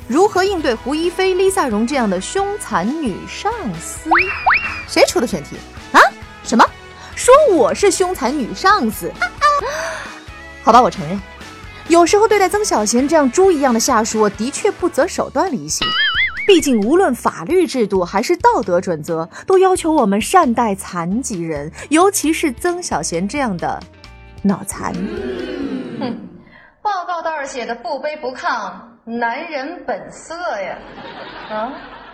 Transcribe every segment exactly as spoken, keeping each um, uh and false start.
如何应对胡一菲、Lisa 荣这样的凶残女上司？谁出的选题啊？什么？说我是凶残女上司？好吧，我承认，有时候对待曾小贤这样猪一样的下属，我的确不择手段了一些。毕竟无论法律制度还是道德准则，都要求我们善待残疾人，尤其是曾小贤这样的脑残。 哼，报告倒是写的不卑不亢，男人本色呀。啊，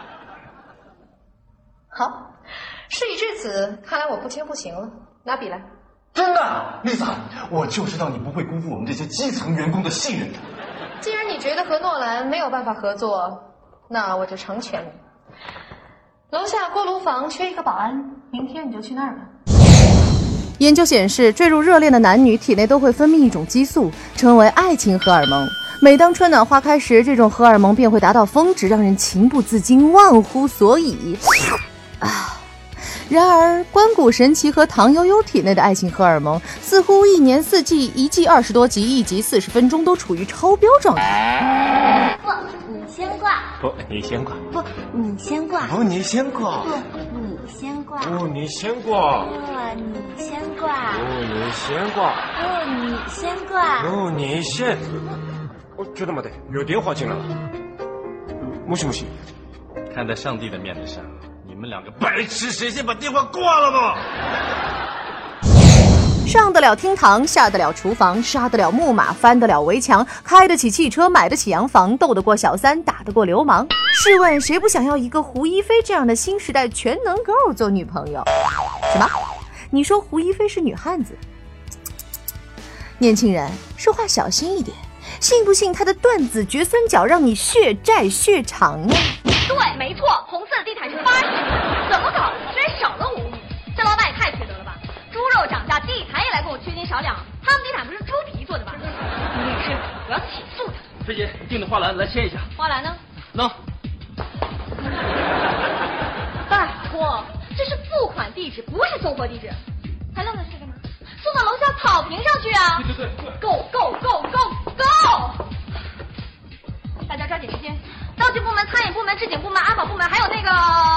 好，事已至此，看来我不签不行了。拿笔来。 真的 ，Lisa， 我就知道你不会辜负我们这些基层员工的信任的。 既然你觉得和诺兰没有办法合作，那我就成全你。楼下锅炉房缺一个保安，明天你就去那儿吧。 研究显示，坠入热恋的男女体内都会分泌一种激素，称为爱情荷尔蒙。每当春暖花开时，这种荷尔蒙便会达到峰值，让人情不自禁，忘乎所以。啊！然而，关谷神奇和唐悠悠体内的爱情荷尔蒙，似乎一年四季、一季二十多集、一集四十分钟都处于超标状态。 不，你先挂。 不，你先挂。 不，你先挂。 不，你先挂。 不，你先挂。 不，你先挂。 不，你先挂。 不，你先挂。 不，你先挂。 不，你先。哦，ちょっと待って，有电话进来了。もしもし。看在上帝的面子上，你们两个白痴，谁先把电话挂了吧？ 上得了厅堂，下得了厨房，杀得了木马，翻得了围墙，开得起汽车，买得起洋房，斗得过小三，打得过流氓。试问谁不想要一个胡一菲这样的新时代全能 girl 做女朋友？什么？你说胡一菲是女汉子？年轻人，说话小心一点，信不信她的断子绝孙脚让你血债血偿呀？ 对，没错，红色的地毯是八十米，怎么搞？居然少了五米，这老板也太缺德了吧！猪肉涨价，地毯也来跟我缺斤少两，他们地毯不是猪皮做的吧？律师，我要起诉他。 菲姐，订的花篮来签一下。 花篮呢？ 喏。 拜托，这是付款地址，不是送货地址。还愣着是干嘛？送到楼下草坪上去啊！ 对对对 ，Go Go Go Go Go！ 大家抓紧时间，道具部门、餐饮部门、质检部门、安保部门，还有那个。